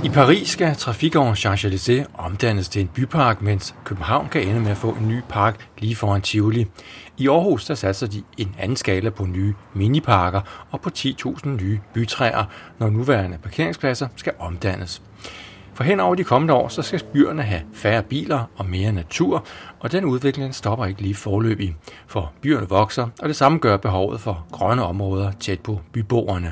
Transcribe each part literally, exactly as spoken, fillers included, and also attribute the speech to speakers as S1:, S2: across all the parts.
S1: I Paris skal Trafikåren Champs-Élysées omdannes til en bypark, mens København kan ende med at få en ny park lige foran Tivoli. I Aarhus der satser de en anden skala på nye miniparker og på ti tusind nye bytræer, når nuværende parkeringspladser skal omdannes. For hen over de kommende år, så skal byerne have færre biler og mere natur, og den udvikling stopper ikke lige foreløbig, for byerne vokser, og det samme gør behovet for grønne områder tæt på byboerne.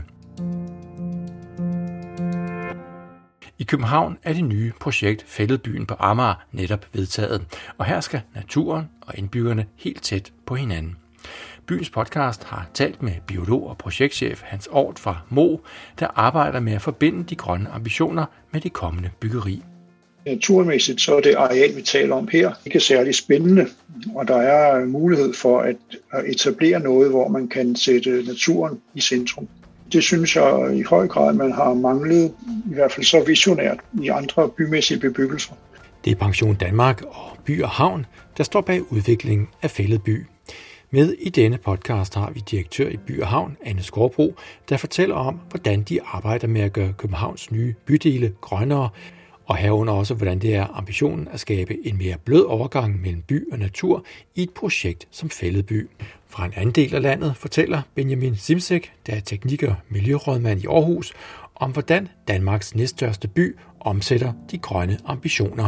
S1: I København er det nye projekt Fælledbyen på Amager netop vedtaget, og her skal naturen og indbyggerne helt tæt på hinanden. Byens podcast har talt med biolog og projektchef Hans Ort fra Mo, der arbejder med at forbinde de grønne ambitioner med det kommende byggeri.
S2: Naturmæssigt så er det areal, vi taler om her, ikke særlig spændende, og der er mulighed for at etablere noget, hvor man kan sætte naturen i centrum. Det synes jeg i høj grad, man har manglet, i hvert fald så visionært, i andre bymæssige bebyggelser.
S1: Det er Pension Danmark og By og Havn, der står bag udviklingen af Fælledby. Med i denne podcast har vi direktør i By og Havn, Anne Skovbro, der fortæller om, hvordan de arbejder med at gøre Københavns nye bydele grønnere, og herunder også, hvordan det er ambitionen at skabe en mere blød overgang mellem by og natur i et projekt som Fælledby. Fra en anden del af landet fortæller Benjamin Simsek, der er teknik- og miljørådmand i Aarhus, om hvordan Danmarks næststørste by omsætter de grønne ambitioner.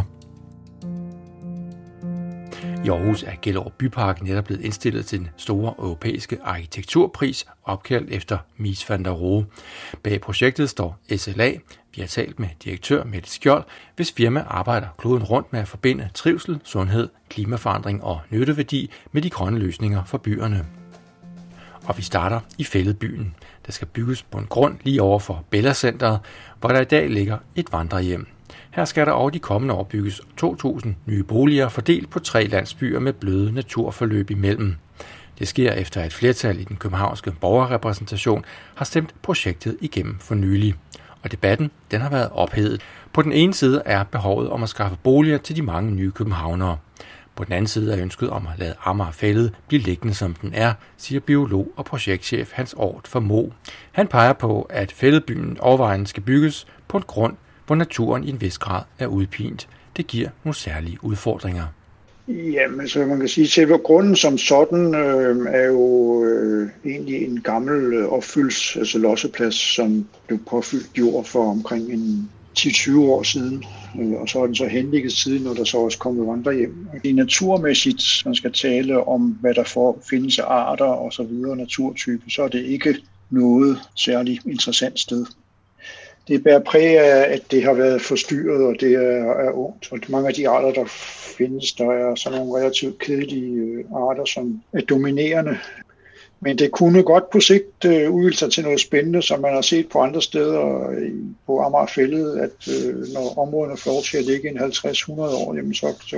S1: I Aarhus er Gellerup Bypark netop blevet indstillet til den store europæiske arkitekturpris, opkaldt efter Mies van der Rohe. Bag projektet står S L A. Vi har talt med direktør Mette Skjold, hvis firma arbejder kloden rundt med at forbinde trivsel, sundhed, klimaforandring og nytteværdi med de grønne løsninger for byerne. Og vi starter i Fælledbyen, der skal bygges på en grund lige over for Bella Centeret, hvor der i dag ligger et vandrehjem. Her skal der over de kommende år bygges to tusind nye boliger fordelt på tre landsbyer med bløde naturforløb imellem. Det sker efter et flertal i den københavnske borgerrepræsentation har stemt projektet igennem for nylig. Og debatten den har været ophedet. På den ene side er behovet om at skaffe boliger til de mange nye københavnere. På den anden side er ønsket om at lade Amager Fælled blive liggende som den er, siger biolog og projektchef Hans Ort fra Mo. Han peger på, at Fælledbyen overvejende skal bygges på en grund, hvor naturen i en vis grad er udpint. Det giver nogle særlige udfordringer.
S2: Jamen, så man kan sige, at selve grunden som sådan øh, er jo øh, egentlig en gammel øh, opfylds, altså losseplads, som blev påfyldt jord for omkring en ti til tyve år siden. Øh, og så er den så henligget siden, når der så også kommet vandrehjem. Det er naturmæssigt, man skal tale om, hvad der for findes af arter og så videre, naturtyper, så er det ikke noget særligt interessant sted. Det bærer præg af, at det har været forstyrret, og det er, er ondt. Og mange af de arter, der findes, der er sådan nogle relativt kedelige arter, som er dominerende. Men det kunne godt på sigt uh, udvikle sig til noget spændende, som man har set på andre steder på Amager Fælled, at uh, når områderne får lov til at ligge en halvtreds til hundrede år, jamen så, så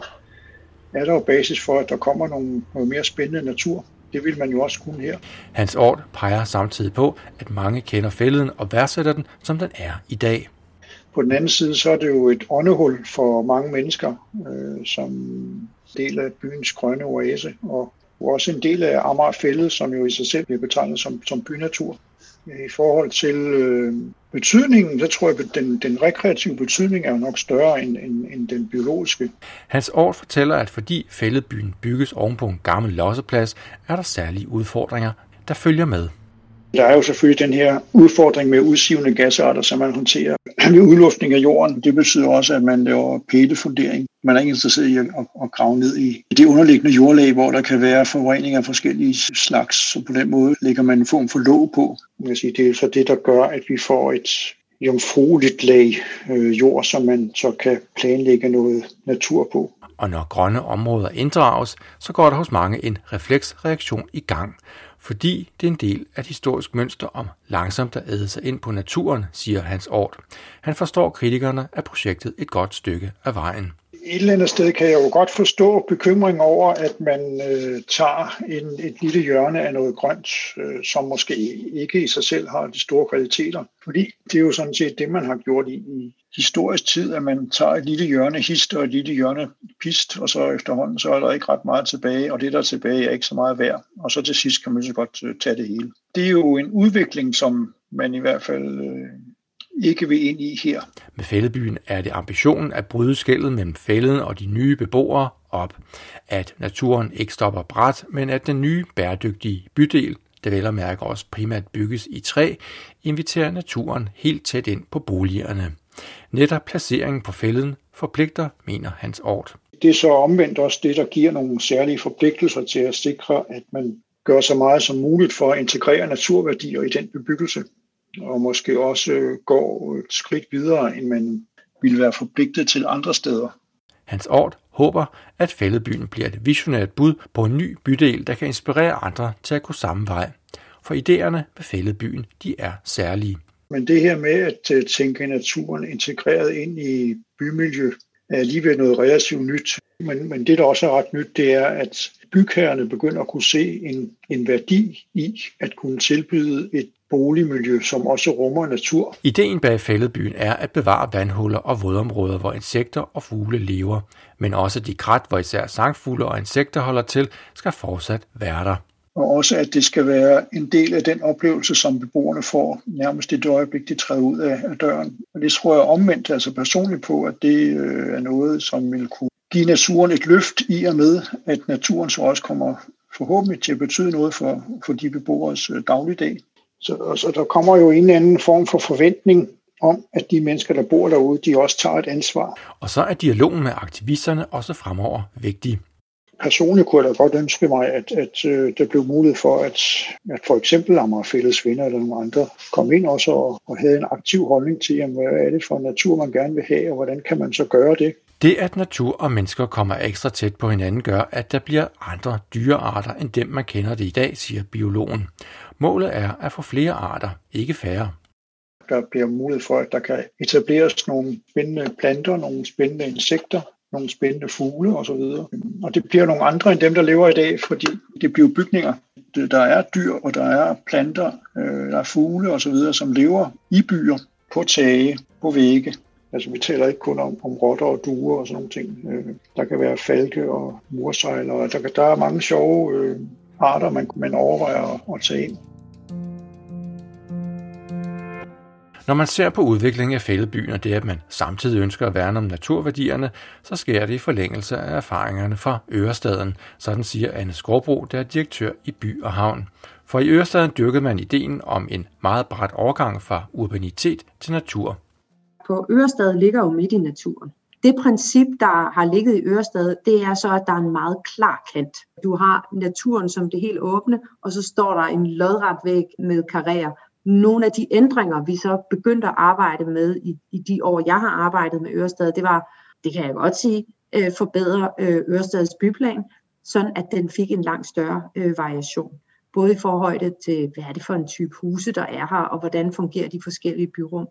S2: er der jo basis for, at der kommer nogle, noget mere spændende natur. Det vil man jo også kunne her.
S1: Hans Ort peger samtidig på, at mange kender fælleden og værdsætter den, som den er i dag.
S2: På den anden side, så er det jo et åndehul for mange mennesker, øh, som del af byens grønne oase, og også en del af Amager Fælled, som jo i sig selv bliver betegnet som, som bynatur. I forhold til øh, betydningen, så tror jeg, at den, den rekreative betydning er jo nok større end, end, end den biologiske.
S1: Hans Ort fortæller, at fordi Fælledbyen bygges oven på en gammel losseplads, er der særlige udfordringer, der følger med.
S2: Der er jo selvfølgelig den her udfordring med udsivende gasarter, som man håndterer ved udluftning af jorden. Det betyder også, at man laver pælefundering. Man er ikke interesseret i at, at grave ned i det underliggende jordlag, hvor der kan være forureninger af forskellige slags. Så på den måde lægger man en form for låg på. Man kan sige, det er så det, der gør, at vi får et jomfrueligt lag øh, jord, som man så kan planlægge noget natur på.
S1: Og når grønne områder inddrages, så går der hos mange en refleksreaktion i gang. Fordi det er en del af et historisk mønster om langsomt at æde sig ind på naturen, siger Hans Ort. Han forstår kritikerne af projektet et godt stykke af vejen.
S2: Et eller andet sted kan jeg jo godt forstå bekymring over, at man øh, tager en, et lille hjørne af noget grønt, øh, som måske ikke i sig selv har de store kvaliteter. Fordi det er jo sådan set det, man har gjort i, i historisk tid, at man tager et lille hjørne hist og et lille hjørne pist, og så efterhånden så er der ikke ret meget tilbage, og det der er tilbage er ikke så meget værd. Og så til sidst kan man så godt øh, tage det hele. Det er jo en udvikling, som man i hvert fald øh, ikke vil ind i her.
S1: Med Fællebyen er det ambitionen at bryde skellet mellem fælden og de nye beboere op. At naturen ikke stopper brat, men at den nye bæredygtige bydel, der vel og mærke også primært bygges i træ, inviterer naturen helt tæt ind på boligerne. Netop placeringen på fælden forpligter, mener Hans Ort.
S2: Det er så omvendt også det, der giver nogle særlige forpligtelser til at sikre, at man gør så meget som muligt for at integrere naturværdier i den bebyggelse, og måske også går et skridt videre, end man ville være forpligtet til andre steder.
S1: Hans Ort håber, at Fællebyen bliver et visionært bud på en ny bydel, der kan inspirere andre til at gå samme vej. For idéerne med Fællebyen, de er særlige.
S2: Men det her med at tænke naturen integreret ind i bymiljø, er alligevel noget relativt nyt. Men, men det, der også er ret nyt, det er, at bygherrerne begynder at kunne se en, en værdi i at kunne tilbyde et boligmiljø, som også rummer natur.
S1: Ideen bag Fællebyen er at bevare vandhuller og vådområder, hvor insekter og fugle lever. Men også de krat, hvor især sangfugle og insekter holder til, skal fortsat være der.
S2: Og også, at det skal være en del af den oplevelse, som beboerne får nærmest i det øjeblik, de træder ud af døren. Og det tror jeg omvendt altså personligt på, at det er noget, som vil kunne give naturen et løft i og med, at naturen så også kommer forhåbentlig til at betyde noget for, for de beboeres dagligdag. Så, så der kommer jo en eller anden form for forventning om, at de mennesker, der bor derude, de også tager et ansvar.
S1: Og så er dialogen med aktivisterne også fremover vigtig.
S2: Personligt kunne jeg da godt ønske mig, at, at øh, der blev mulighed for, at, at for eksempel Amager Fælles Venner eller nogle andre kom ind også og, og havde en aktiv holdning til, jamen, hvad er det for natur, man gerne vil have, og hvordan kan man så gøre det?
S1: Det, at natur og mennesker kommer ekstra tæt på hinanden, gør, at der bliver andre dyrearter end dem, man kender det i dag, siger biologen. Målet er at få flere arter, ikke færre.
S2: Der bliver mulighed for, at der kan etableres nogle spændende planter, nogle spændende insekter, nogle spændende fugle osv. Og det bliver nogle andre end dem, der lever i dag, fordi det bliver bygninger. Der er dyr, og der er planter, der er fugle osv., som lever i byer, på tage, på vægge. Altså vi taler ikke kun om, om rotter og duer og sådan nogle ting. Der kan være falke og mursejler. Der, der er mange sjove øh, arter, man, man overvejer at, at tage ind.
S1: Når man ser på udviklingen af Fællebyen og det, at man samtidig ønsker at værne om naturværdierne, så sker det i forlængelse af erfaringerne fra Ørestaden, sådan siger Anne Skovbro, der er direktør i By og Havn. For i Ørestaden dyrkede man ideen om en meget brat overgang fra urbanitet til natur.
S3: På Ørestad ligger jo midt i naturen. Det princip, der har ligget i Ørestad, det er så, at der er en meget klar kant. Du har naturen som det helt åbne, og så står der en lodret væg med karréer. Nogle af de ændringer, vi så begyndte at arbejde med i, i de år, jeg har arbejdet med Ørestad, det var, det kan jeg godt sige, øh, forbedre øh, Ørestads byplan, sådan at den fik en langt større øh, variation. Både i forhold til, hvad er det for en type huse, der er her, og hvordan fungerer de forskellige byrum.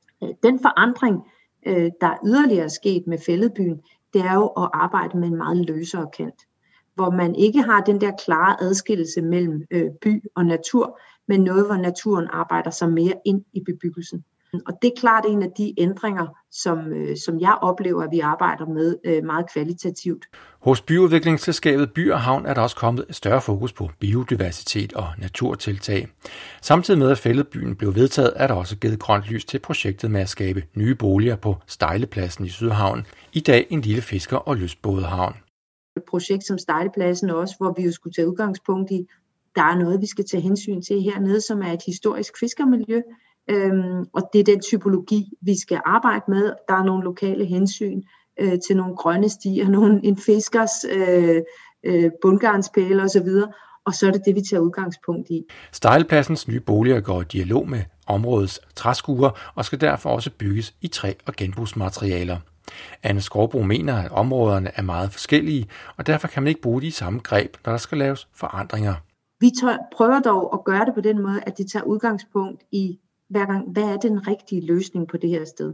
S3: Den forandring, øh, der yderligere er sket med Fællebyen, det er jo at arbejde med en meget løsere kant, hvor man ikke har den der klare adskillelse mellem øh, by og natur, men noget, hvor naturen arbejder sig mere ind i bebyggelsen. Og det er klart en af de ændringer, som, øh, som jeg oplever, at vi arbejder med øh, meget kvalitativt.
S1: Hos byudviklingsselskabet By og Havn er der også kommet et større fokus på biodiversitet og naturtiltag. Samtidig med at Fællebyen blev vedtaget, er der også givet grønt lys til projektet med at skabe nye boliger på Stejlepladsen i Sydhavn. I dag en lille fisker- og lystbådehavn.
S3: Et projekt som Stejlepladsen også, hvor vi jo skulle tage udgangspunkt i, der er noget, vi skal tage hensyn til hernede, som er et historisk fiskermiljø. Øhm, og det er den typologi, vi skal arbejde med. Der er nogle lokale hensyn øh, til nogle grønne stier, nogle, en fiskers øh, øh, bundgarnspæle osv., og så er det det, vi tager udgangspunkt i.
S1: Stejlepladsens nye boliger går i dialog med områdets træskuer og skal derfor også bygges i træ- og genbrugsmaterialer. Anne Skovbro mener, at områderne er meget forskellige, og derfor kan man ikke bruge de samme greb, når der skal laves forandringer.
S3: Vi tør, prøver dog at gøre det på den måde, at det tager udgangspunkt i, hver gang, hvad er den rigtige løsning på det her sted.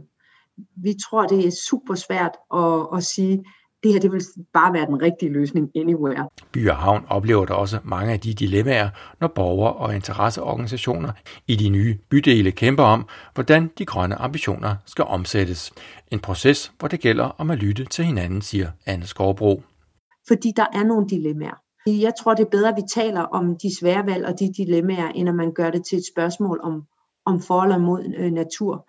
S3: Vi tror, det er super svært at, at sige, det her det vil bare være den rigtige løsning anywhere.
S1: By og Havn oplever der også mange af de dilemmaer, når borgere og interesseorganisationer i de nye bydele kæmper om, hvordan de grønne ambitioner skal omsættes. En proces, hvor det gælder om at lytte til hinanden, siger Anne Skovbro.
S3: Fordi der er nogle dilemmaer. Jeg tror, det er bedre, at vi taler om de svære valg og de dilemmaer, end at man gør det til et spørgsmål om, om for eller mod øh, natur.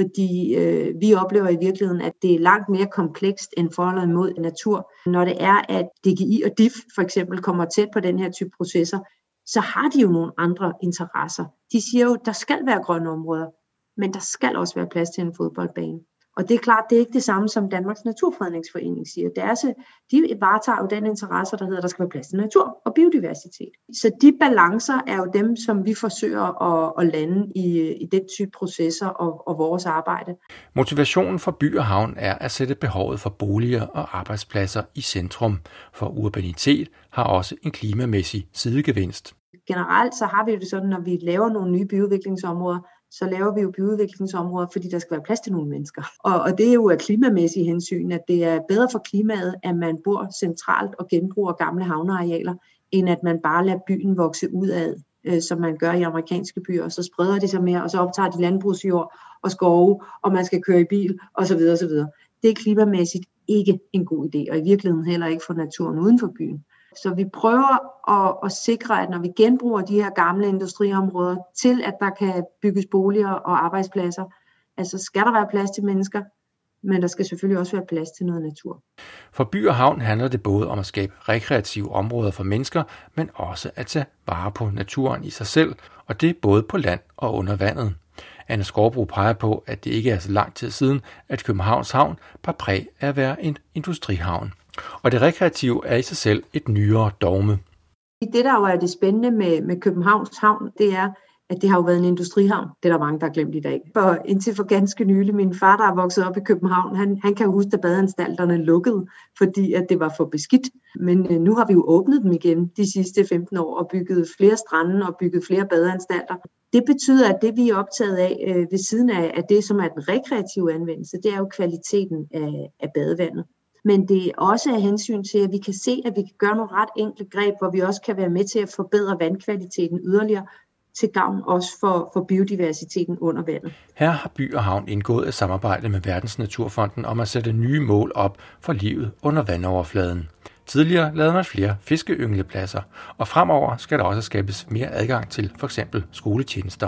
S3: Fordi øh, vi oplever i virkeligheden, at det er langt mere komplekst end forholdet mod natur. Når det er, at D G I og D I F for eksempel kommer tæt på den her type processer, så har de jo nogle andre interesser. De siger jo, at der skal være grønne områder, men der skal også være plads til en fodboldbane. Og det er klart, det er ikke det samme som Danmarks Naturfredningsforening siger. Deres, de varetager jo den interesse, der hedder, at der skal være plads til natur og biodiversitet. Så de balancer er jo dem, som vi forsøger at, at lande i, i den type processer og, og vores arbejde.
S1: Motivationen for By og Havn er at sætte behovet for boliger og arbejdspladser i centrum, for urbanitet har også en klimamæssig sidegevinst.
S3: Generelt så har vi det sådan, når vi laver nogle nye byudviklingsområder, så laver vi jo byudviklingsområder, fordi der skal være plads til nogle mennesker. Og, og det er jo af klimamæssige hensyn, at det er bedre for klimaet, at man bor centralt og genbruger gamle havnearealer, end at man bare lader byen vokse ud af, øh, som man gør i amerikanske byer, og så spreder de sig mere, og så optager de landbrugsjord og skove, og man skal køre i bil, osv. osv. Det er klimamæssigt ikke en god idé, og i virkeligheden heller ikke for naturen uden for byen. Så vi prøver at, at sikre, at når vi genbruger de her gamle industriområder til, at der kan bygges boliger og arbejdspladser, altså skal der være plads til mennesker, men der skal selvfølgelig også være plads til noget natur.
S1: For By og Havn handler det både om at skabe rekreative områder for mennesker, men også at tage vare på naturen i sig selv, og det er både på land og under vandet. Anne Skovbro peger på, at det ikke er så lang tid siden, at Københavns Havn bar præg af at være en industrihavn. Og det rekreative er i sig selv et nyere dogme.
S3: Det, der jo er det spændende med, med Københavns Havn, det er, at det har jo været en industrihavn. Det er der mange, der har glemt i dag. For indtil for ganske nylig, min far, der er vokset op i København, han, han kan huske, at badeanstalterne lukkede, fordi at det var for beskidt. Men øh, nu har vi jo åbnet dem igen de sidste femten år og bygget flere strande og bygget flere badeanstalter. Det betyder, at det, vi er optaget af øh, ved siden af, at det, som er den rekreative anvendelse, det er jo kvaliteten af, af badevandet. Men det er også af hensyn til, at vi kan se, at vi kan gøre nogle ret enkle greb, hvor vi også kan være med til at forbedre vandkvaliteten yderligere, til gavn også for, for biodiversiteten under vandet.
S1: Her har By og Havn indgået et samarbejde med Verdensnaturfonden om at sætte nye mål op for livet under vandoverfladen. Tidligere lavede man flere fiskeynglepladser, og fremover skal der også skabes mere adgang til f.eks. skoletjenester.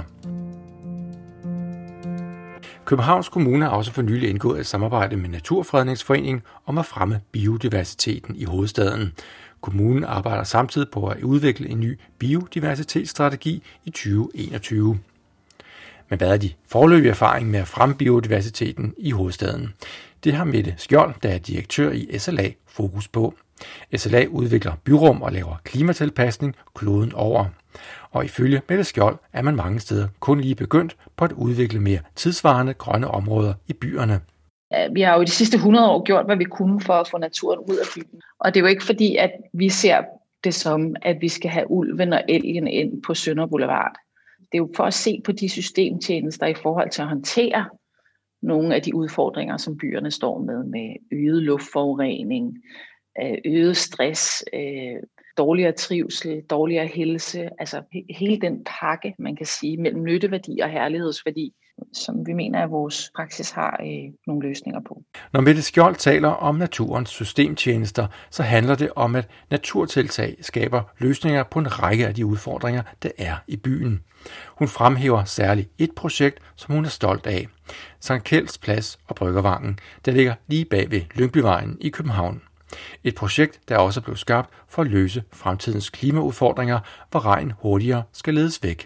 S1: Københavns Kommune har også for nylig indgået et samarbejde med Naturfredningsforeningen om at fremme biodiversiteten i hovedstaden. Kommunen arbejder samtidig på at udvikle en ny biodiversitetsstrategi i tyve enogtyve. Men hvad er de foreløbige erfaringer med at fremme biodiversiteten i hovedstaden? Det har Mette Skjold, der er direktør i S L A, fokus på. S L A udvikler byrum og laver klimatilpasning kloden over. Og ifølge Mette Skjold er man mange steder kun lige begyndt på at udvikle mere tidsvarende grønne områder i byerne.
S4: Vi har jo de sidste hundrede år gjort, hvad vi kunne for at få naturen ud af byen. Og det er jo ikke fordi, at vi ser det som, at vi skal have ulven og elgen ind på Sønder Boulevard. Det er jo for at se på de systemtjenester i forhold til at håndtere nogle af de udfordringer, som byerne står med, med øget luftforurening, øget stress, dårligere trivsel, dårligere helse, altså hele den pakke, man kan sige, mellem nytteværdi og herlighedsværdi, som vi mener, at vores praksis har øh, nogle løsninger på.
S1: Når Mette Skjold taler om naturens systemtjenester, så handler det om, at naturtiltag skaber løsninger på en række af de udfordringer, der er i byen. Hun fremhæver særligt et projekt, som hun er stolt af. Sankt Kjelds Plads og Bryggervangen, der ligger lige bag ved Lyngbyvejen i København. Et projekt, der også blev skabt for at løse fremtidens klimaudfordringer, hvor regn hurtigere skal ledes væk.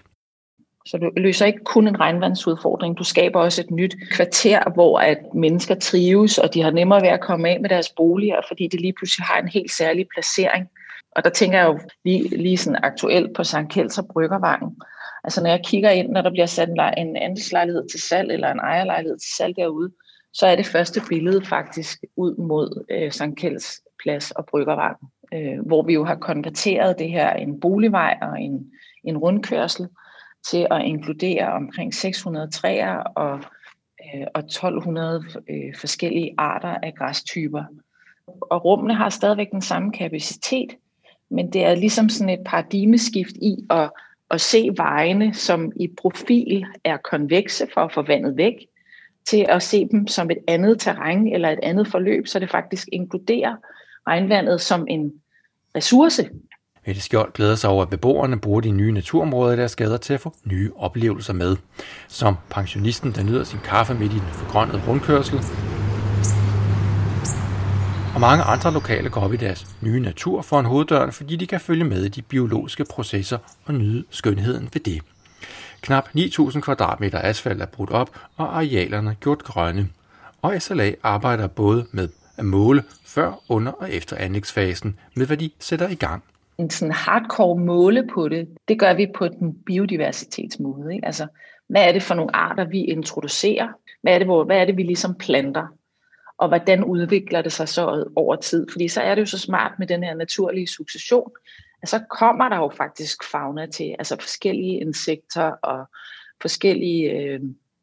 S4: Så du løser ikke kun en regnvandsudfordring, du skaber også et nyt kvarter, hvor at mennesker trives, og de har nemmere ved at komme af med deres boliger, fordi det lige pludselig har en helt særlig placering. Og der tænker jeg jo lige, lige sådan aktuelt på Sankt Kjelds og Bryggervangen. Altså når jeg kigger ind, når der bliver sat en andelslejlighed til salg, eller en ejerlejlighed til salg derude, så er det første billede faktisk ud mod øh, Sankt Kjelds Plads og Bryggervangen, øh, hvor vi jo har konverteret det her en boligvej og en, en rundkørsel til at inkludere omkring seks hundrede træer og, øh, og tolv hundrede øh, forskellige arter af græstyper. Og rummene har stadigvæk den samme kapacitet, men det er ligesom sådan et paradigmeskift i at, at se vejene, som i profil er konvekse for at få vandet væk, til at se dem som et andet terræn eller et andet forløb, så det faktisk inkluderer regnvandet som en ressource.
S1: Mette Skjold glæder sig over, at beboerne bruger de nye naturområder i deres gader til at få nye oplevelser med. Som pensionisten, der nyder sin kaffe midt i den forgrønnede rundkørsel. Og mange andre lokale går op i deres nye natur foran hoveddøren, fordi de kan følge med i de biologiske processer og nyde skønheden ved det. Knap ni tusind kvadratmeter asfalt er brudt op, og arealerne gjort grønne. Og S L A arbejder både med at måle før, under og efter anlægsfasen med, hvad de sætter i gang.
S4: En sådan hardcore måle på det, det gør vi på den biodiversitetsmåde. Ikke? Altså, hvad er det for nogle arter, vi introducerer? Hvad er det, hvor, hvad er det vi ligesom planter? Og hvordan udvikler det sig så over tid? Fordi så er det jo så smart med den her naturlige succession, at så kommer der jo faktisk fauna til, altså forskellige insekter og forskellige øh,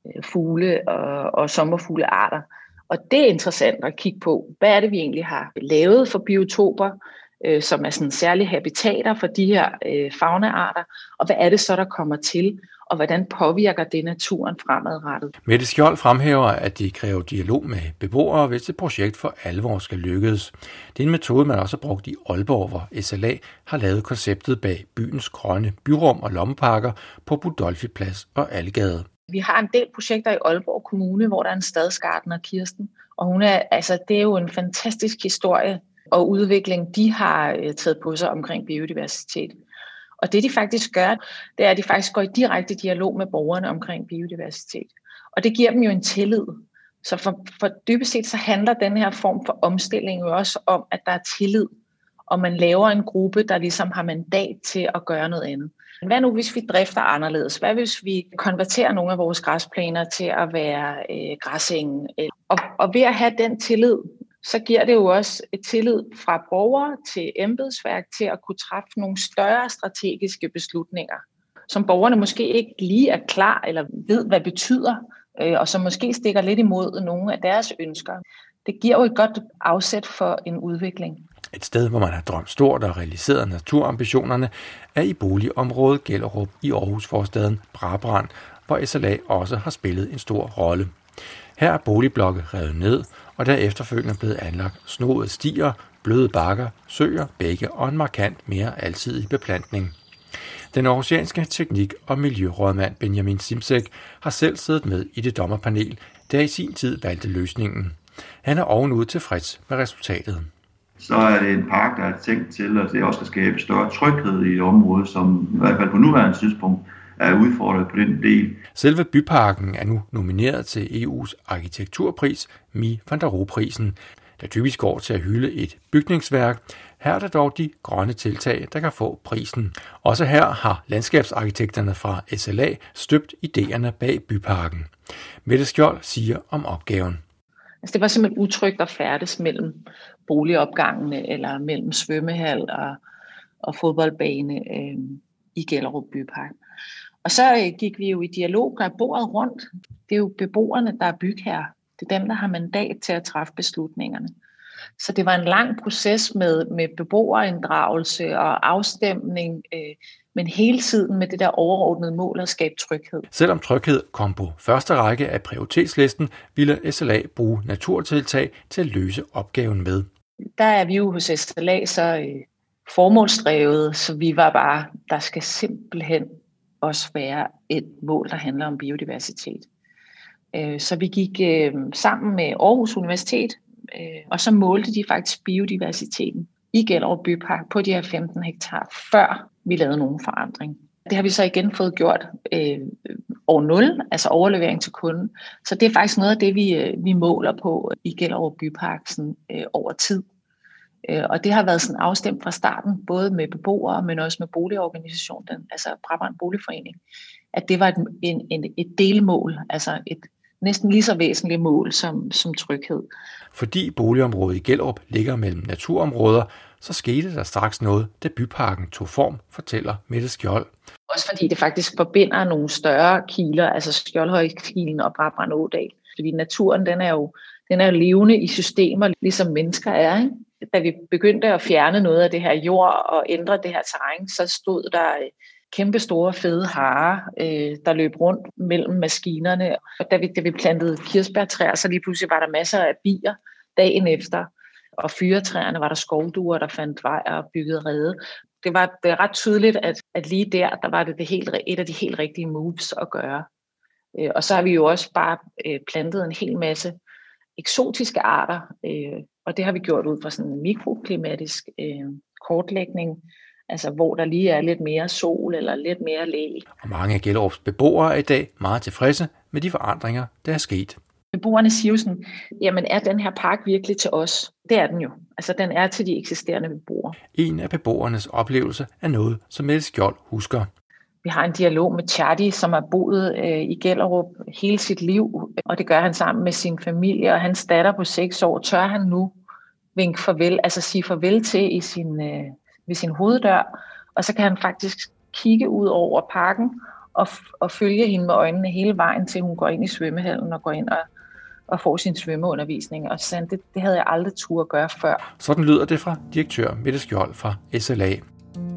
S4: fugle og, og sommerfuglearter. Og det er interessant at kigge på, hvad er det, vi egentlig har lavet for biotoper, øh, som er sådan særlige habitater for de her øh, faunaarter, og hvad er det så, der kommer til, og hvordan påvirker det naturen fremadrettet.
S1: Mette Skjold fremhæver, at de kræver dialog med beboere, hvis et projekt for alvor skal lykkes. Det er en metode, man også har brugt i Aalborg, hvor S L A har lavet konceptet bag byens grønne byrum og lommeparker på Budolfi Plads og Algade.
S4: Vi har en del projekter i Aalborg Kommune, hvor der er en stadsgartner, Kirsten, og hun er, altså, det er jo en fantastisk historie og udvikling, de har taget på sig omkring biodiversitet. Og det de faktisk gør, det er, at de faktisk går i direkte dialog med borgerne omkring biodiversitet. Og det giver dem jo en tillid. Så for, for dybest set så handler den her form for omstilling jo også om, at der er tillid, og man laver en gruppe, der ligesom har mandat til at gøre noget andet. Hvad nu, hvis vi drifter anderledes? Hvad hvis vi konverterer nogle af vores græsplæner til at være øh, græsenge? Og, og ved at have den tillid, så giver det jo også et tillid fra borgere til embedsværk til at kunne træffe nogle større strategiske beslutninger, som borgerne måske ikke lige er klar eller ved, hvad det betyder, øh, og som måske stikker lidt imod nogle af deres ønsker. Det giver jo et godt afsæt for en udvikling.
S1: Et sted, hvor man har drømt stort og realiseret naturambitionerne, er i boligområdet Gellerup i Aarhus-forstaden Brabrand, hvor S L A også har spillet en stor rolle. Her er boligblokke revet ned, og der er efterfølgende blevet anlagt snoede stier, bløde bakker, søer, bække og en markant mere alsidig beplantning. Den aarhusianske teknik- og miljørådmand Benjamin Simsek har selv siddet med i det dommerpanel, der i sin tid valgte løsningen. Han er ovenud tilfreds med resultatet.
S5: Så er det en park, der er tænkt til, at det også skal skabe større tryghed i et område, som i hvert fald på nuværende tidspunkt er udfordret på den del.
S1: Selve byparken er nu nomineret til E U's arkitekturpris, Mies van der Rohe-prisen, der typisk går til at hylde et bygningsværk. Her er der dog de grønne tiltag, der kan få prisen. Også her har landskabsarkitekterne fra S L A støbt idéerne bag byparken. Mette Skjold siger om opgaven.
S4: Altså, det var simpelthen utrygt at færdes mellem boligopgangene eller mellem svømmehal og, og fodboldbane øh, i Gellerup Bypark. Og så øh, gik vi jo i dialog og bordet rundt. Det er jo beboerne, der er bygherrer. Det er dem, der har mandat til at træffe beslutningerne. Så det var en lang proces med, med beboerinddragelse og afstemning, øh, men hele tiden med det der overordnede mål at skabe tryghed.
S1: Selvom tryghed kom på første række af prioritetslisten, ville S L A bruge naturtiltag til at løse opgaven med.
S4: Der er vi jo hos S L A så øh, formålsdrevet, så vi var bare, der skal simpelthen også være et mål, der handler om biodiversitet. Øh, så vi gik øh, sammen med Aarhus Universitet, øh, og så målte de faktisk biodiversiteten i Gellerup Bypark på de her femten hektar, før vi lavede nogen forandring. Det har vi så igen fået gjort øh, over nul, altså overlevering til kunden. Så det er faktisk noget af det, vi, øh, vi måler på i Gellerup Bypark sådan, øh, over tid. Øh, og det har været sådan afstemt fra starten, både med beboere, men også med boligorganisationen, altså Brabrand Boligforening, at det var et, en, en, et delmål, altså et næsten lige så væsentligt mål som, som tryghed.
S1: Fordi boligområdet i Gellerup ligger mellem naturområder, så skete der straks noget, da byparken tog form, fortæller Mette Skjold.
S4: Også fordi det faktisk forbinder nogle større kiler, altså Skjoldhøjkilen og Brabrand Ådal. Fordi naturen, den er jo den er jo levende i systemer, ligesom mennesker er. Ikke? Da vi begyndte at fjerne noget af det her jord og ændre det her terræn, så stod der kæmpe store fede harer, øh, der løb rundt mellem maskinerne. Og da vi, da vi plantede kirsebærtræer, så lige pludselig var der masser af bier dagen efter. Og fyretræerne var der skovduer, der fandt vej og byggede rede. det var, det var ret tydeligt, at, at lige der, der var det, det helt, et af de helt rigtige moves at gøre. Øh, og så har vi jo også bare øh, plantet en hel masse eksotiske arter, øh, og det har vi gjort ud fra sådan en mikroklimatisk øh, kortlægning, altså hvor der lige er lidt mere sol eller lidt mere læ.
S1: Og mange af Gellerups beboere er i dag meget tilfredse med de forandringer, der er sket.
S4: Beboerne siger jo sådan, jamen er den her park virkelig til os? Det er den jo. Altså den er til de eksisterende beboere.
S1: En af beboernes oplevelse er noget, som Mette Skjold husker.
S4: Vi har en dialog med Chadi, som har boet øh, i Gellerup hele sit liv, og det gør han sammen med sin familie, og hans datter på seks år, tør han nu vinke farvel, altså sige farvel til i sin, øh, ved sin hoveddør, og så kan han faktisk kigge ud over parken og, og følge hende med øjnene hele vejen til hun går ind i svømmehallen og går ind og, og får sin svømmeundervisning. Og så det, det havde jeg aldrig turde gøre før.
S1: Sådan lyder det fra direktør Mette Skjold fra S L A.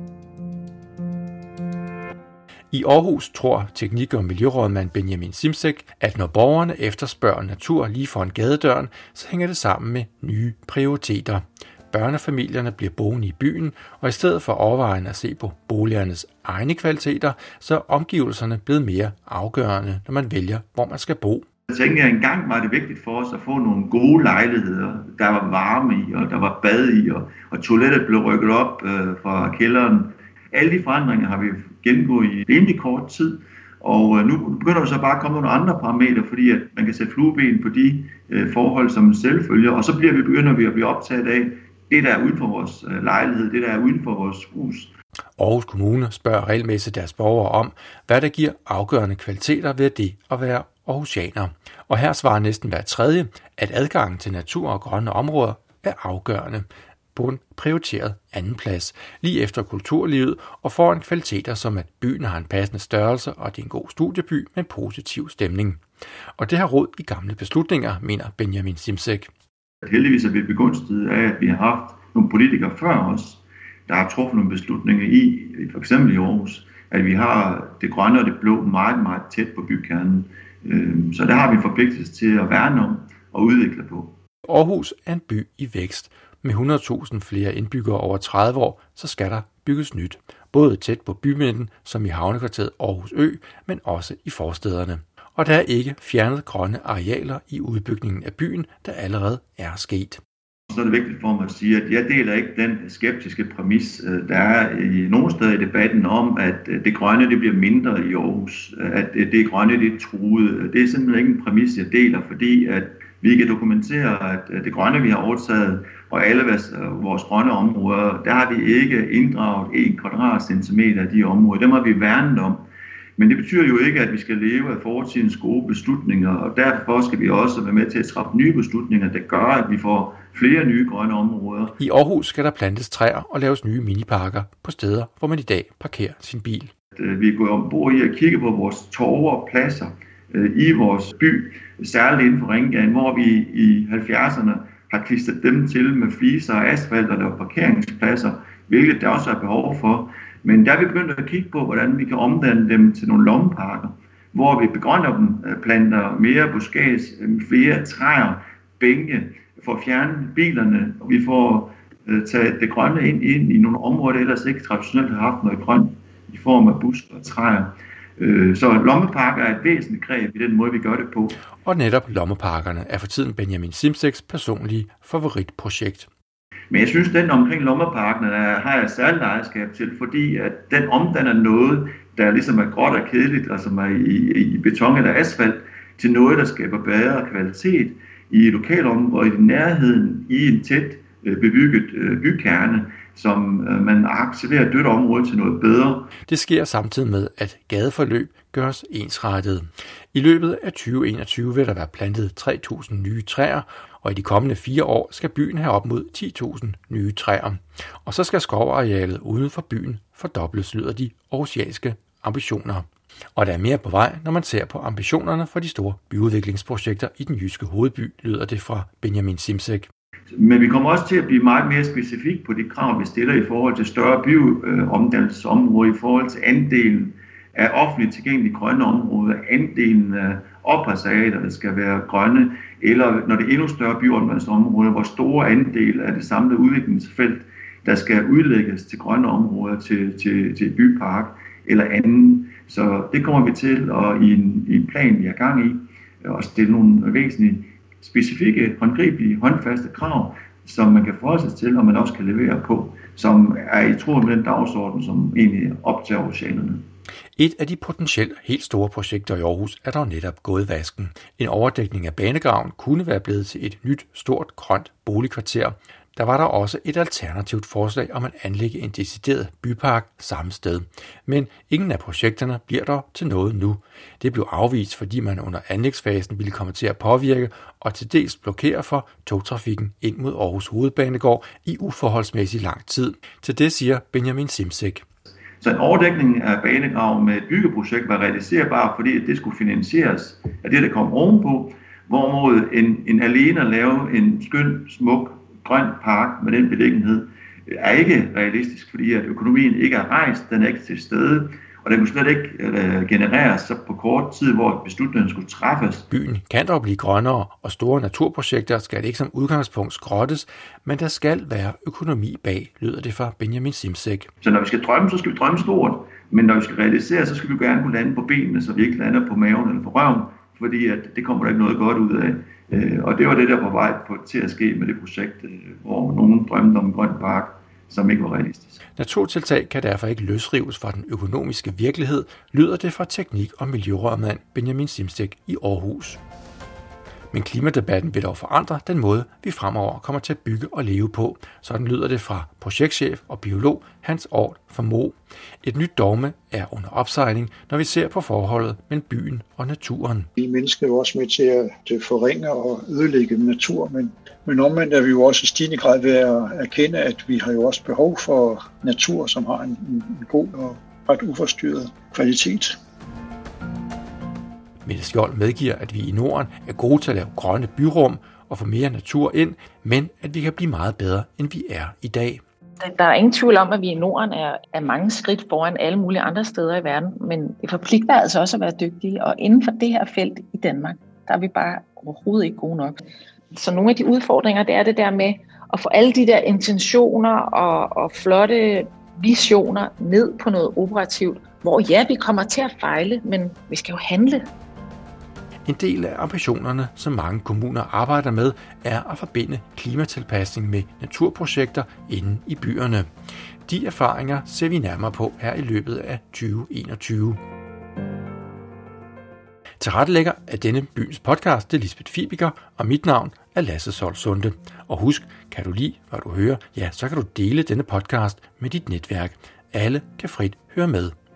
S1: I Aarhus tror teknik- og miljørådmand Benjamin Simsek, at når borgerne efterspørger natur lige foran gadedøren, så hænger det sammen med nye prioriteter. Børnefamilierne bliver boende i byen, og i stedet for overvejende at se på boligernes egne kvaliteter, så er omgivelserne blevet mere afgørende, når man vælger, hvor man skal bo.
S5: Jeg tænker, at engang var det vigtigt for os at få nogle gode lejligheder, der var varme i, og der var bad i, og, og toilettet blev rykket op øh, fra kælderen. Alle de forandringer har vi gennemgået i rimelig kort tid, og nu begynder der så bare at komme nogle andre parametre, fordi at man kan sætte flueben på de øh, forhold, som selvfølger, og så bliver vi, begynder vi at blive optaget af det, der er uden for vores øh, lejlighed, det, der er uden for vores hus.
S1: Aarhus Kommune spørger regelmæssigt deres borgere om, hvad der giver afgørende kvaliteter ved det at være aarhusianer. Og her svarer næsten hver tredje, at adgangen til natur og grønne områder er afgørende på en prioriteret anden plads, lige efter kulturlivet og foran kvaliteter som at byen har en passende størrelse og det er en god studieby med en positiv stemning. Og det har rod i gamle beslutninger, mener Benjamin Simsek.
S5: Heldigvis er vi begunstiget af, at vi har haft nogle politikere før os, der har truffet nogle beslutninger i, for eksempel i Aarhus, at vi har det grønne og det blå meget, meget tæt på bykernen. Så der har vi en forpligtelse til at værne om og udvikle på.
S1: Aarhus er en by i vækst. Med hundrede tusind flere indbyggere over tredive år, så skal der bygges nyt. Både tæt på bymidten, som i havnekvarteret Aarhus Ø, men også i forstæderne. Og der er ikke fjernet grønne arealer i udbygningen af byen, der allerede er sket.
S5: Så er det vigtigt for mig at sige, at jeg deler ikke den skeptiske præmis, der er i nogle steder i debatten om, at det grønne det bliver mindre i Aarhus. At det grønne det er truet. Det er simpelthen ikke en præmis, jeg deler, fordi at vi kan dokumentere, at det grønne, vi har overtaget, og alle vores grønne områder, der har vi ikke inddraget en kvadratcentimeter af de områder. Dem har vi værnet om. Men det betyder jo ikke, at vi skal leve af fortidens gode beslutninger, og derfor skal vi også være med til at træffe nye beslutninger, der gør, at vi får flere nye grønne områder.
S1: I Aarhus skal der plantes træer og laves nye miniparker på steder, hvor man i dag parkerer sin bil.
S5: Vi går ombord i at kigge på vores torve og pladser i vores by, særligt inden for Ringgaden, hvor vi i halvfjerdserne har klistret dem til med fliser og asfalt og lavet parkeringspladser, hvilket der også er behov for. Men der er vi begyndt at kigge på, hvordan vi kan omdanne dem til nogle lommeparker, hvor vi begrønner dem, planter mere buskads, flere træer, bænke, for at fjerne bilerne, og vi får taget det grønne ind, ind i nogle områder, der ellers ikke traditionelt har haft noget grønt i form af busker og træer. Så lommeparker er et væsentligt greb i den måde, vi gør det på.
S1: Og netop lommeparkerne er for tiden Benjamin Simseks personlige favoritprojekt.
S5: Men jeg synes, at den omkring lommeparkerne har jeg særligt ejerskab til, fordi at den omdanner noget, der ligesom er gråt og kedeligt, og som er i, i beton eller asfalt, til noget, der skaber bedre kvalitet i et lokalområde i nærheden i en tæt bebygget bykerne, som man aktiverer dødt område til noget bedre.
S1: Det sker samtidig med, at gadeforløb gøres ensrettet. I løbet af tyve enogtyve vil der være plantet tre tusind nye træer, og i de kommende fire år skal byen have op mod ti tusind nye træer. Og så skal skovarealet uden for byen fordobles, lyder de aarhusianske ambitioner. Og der er mere på vej, når man ser på ambitionerne for de store byudviklingsprojekter i den jyske hovedby, lyder det fra Benjamin Simsek.
S5: Men vi kommer også til at blive meget mere specifik på de krav, vi stiller i forhold til større byomdannelsesområder, i forhold til andelen af offentligt tilgængelige grønne områder, andelen af opholdsarealer, der skal være grønne, eller når det er endnu større byomdannelsesområder, hvor store andel af det samlede udviklingsfelt, der skal udlægges til grønne områder, til, til, til bypark eller anden. Så det kommer vi til, og i en, i en plan, vi har gang i, og stille nogle væsentlige, specifikke, håndgribelige, håndfaste krav, som man kan forholde sig til, og man også kan levere på, som er i tråd med den dagsorden, som egentlig optager oceanerne.
S1: Et af de potentielt helt store projekter i Aarhus er dog netop gået vasken. En overdækning af banegraven kunne være blevet til et nyt, stort, grønt boligkvarter. Der var der også et alternativt forslag om at anlægge en decideret bypark samme sted. Men ingen af projekterne bliver dog til noget nu. Det blev afvist, fordi man under anlægsfasen ville komme til at påvirke og til dels blokere for togtrafikken ind mod Aarhus Hovedbanegård i uforholdsmæssig lang tid. Til det siger Benjamin Simsek.
S5: Så en overdækning af banegraven med et byggeprojekt var realiserbar, fordi det skulle finansieres af det, der kom ovenpå, hvorimod en, en alene at lave en skøn, smuk, grøn park med den beliggenhed er ikke realistisk, fordi at økonomien ikke er rejst, den er ikke til stede, og den kunne slet ikke uh, genereres så på kort tid, hvor beslutningen skulle træffes.
S1: Byen kan dog blive grønnere, og store naturprojekter skal ikke som udgangspunkt skrottes, men der skal være økonomi bag, lyder det fra Benjamin Simsek.
S5: Så når vi skal drømme, så skal vi drømme stort, men når vi skal realisere, så skal vi gerne kunne lande på benene, så vi ikke lander på maven eller på røven, fordi at det kommer der ikke noget godt ud af. Og det var det, der var på vej på, til at ske med det projekt, hvor nogen drømte om en grøn park, som ikke var realistisk.
S1: Naturtiltag kan derfor ikke løsrives fra den økonomiske virkelighed, lyder det fra teknik- og miljørådmand Benjamin Simsek i Aarhus. Men klimadebatten vil dog forandre den måde, vi fremover kommer til at bygge og leve på. Sådan lyder det fra projektchef og biolog Hans Ort fra Mo. Et nyt dogme er under opsejling, når vi ser på forholdet mellem byen og naturen.
S2: Vi mennesker er jo også med til at forringe og ødelægge natur, men, men omvendt er vi jo også i stigende grad ved at erkende, at vi har jo også behov for natur, som har en, en god og ret uforstyrret kvalitet.
S1: Mette Skjold medgiver, at vi i Norden er gode til at lave grønne byrum og få mere natur ind, men at vi kan blive meget bedre, end vi er i dag.
S4: Der er ingen tvivl om, at vi i Norden er, er mange skridt foran alle mulige andre steder i verden, men det forpligter altså også at være dygtige, og inden for det her felt i Danmark, der er vi bare overhovedet ikke gode nok. Så nogle af de udfordringer, det er det der med at få alle de der intentioner og, og flotte visioner ned på noget operativt, hvor ja, vi kommer til at fejle, men vi skal jo handle.
S1: En del af ambitionerne, som mange kommuner arbejder med, er at forbinde klimatilpasning med naturprojekter inde i byerne. De erfaringer ser vi nærmere på her i løbet af tyve enogtyve. Tilrettelægger af denne byens podcast, det er Lisbeth Fibiger, og mit navn er Lasse Solsunde. Og husk, kan du lide, hvad du hører, ja, så kan du dele denne podcast med dit netværk. Alle kan frit høre med.